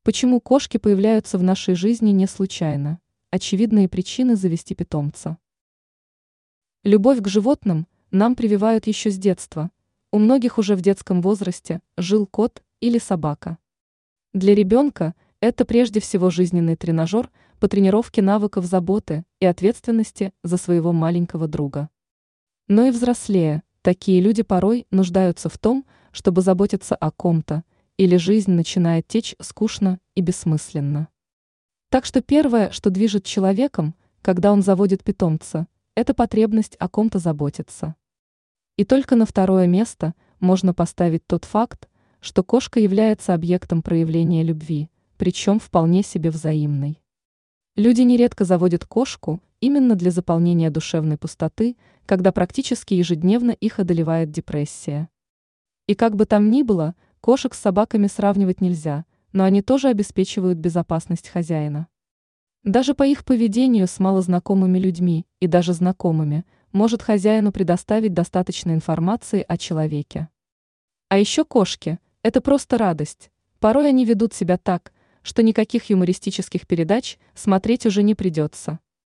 Почему кошки появляются в нашей жизни не случайно? Очевидные причины завести питомца. Любовь к животным нам прививают еще с детства. У многих уже в детском возрасте жил кот или собака. Для ребенка это прежде всего жизненный тренажер по тренировке навыков заботы и ответственности за своего маленького друга. Но и взрослее, такие люди порой нуждаются в том, чтобы заботиться о ком-то, или жизнь начинает течь скучно и бессмысленно. Так что первое, что движет человеком, когда он заводит питомца, это потребность о ком-то заботиться. И только на второе место можно поставить тот факт, что кошка является объектом проявления любви, причем вполне себе взаимной. Люди нередко заводят кошку именно для заполнения душевной пустоты, когда практически ежедневно их одолевает депрессия. И как бы там ни было, кошек с собаками сравнивать нельзя, но они тоже обеспечивают безопасность хозяина. Даже по их поведению с малознакомыми людьми и даже знакомыми может хозяину предоставить достаточно информации о человеке. А еще кошки – это просто радость. Порой они ведут себя так, что никаких юмористических передач смотреть уже не придется.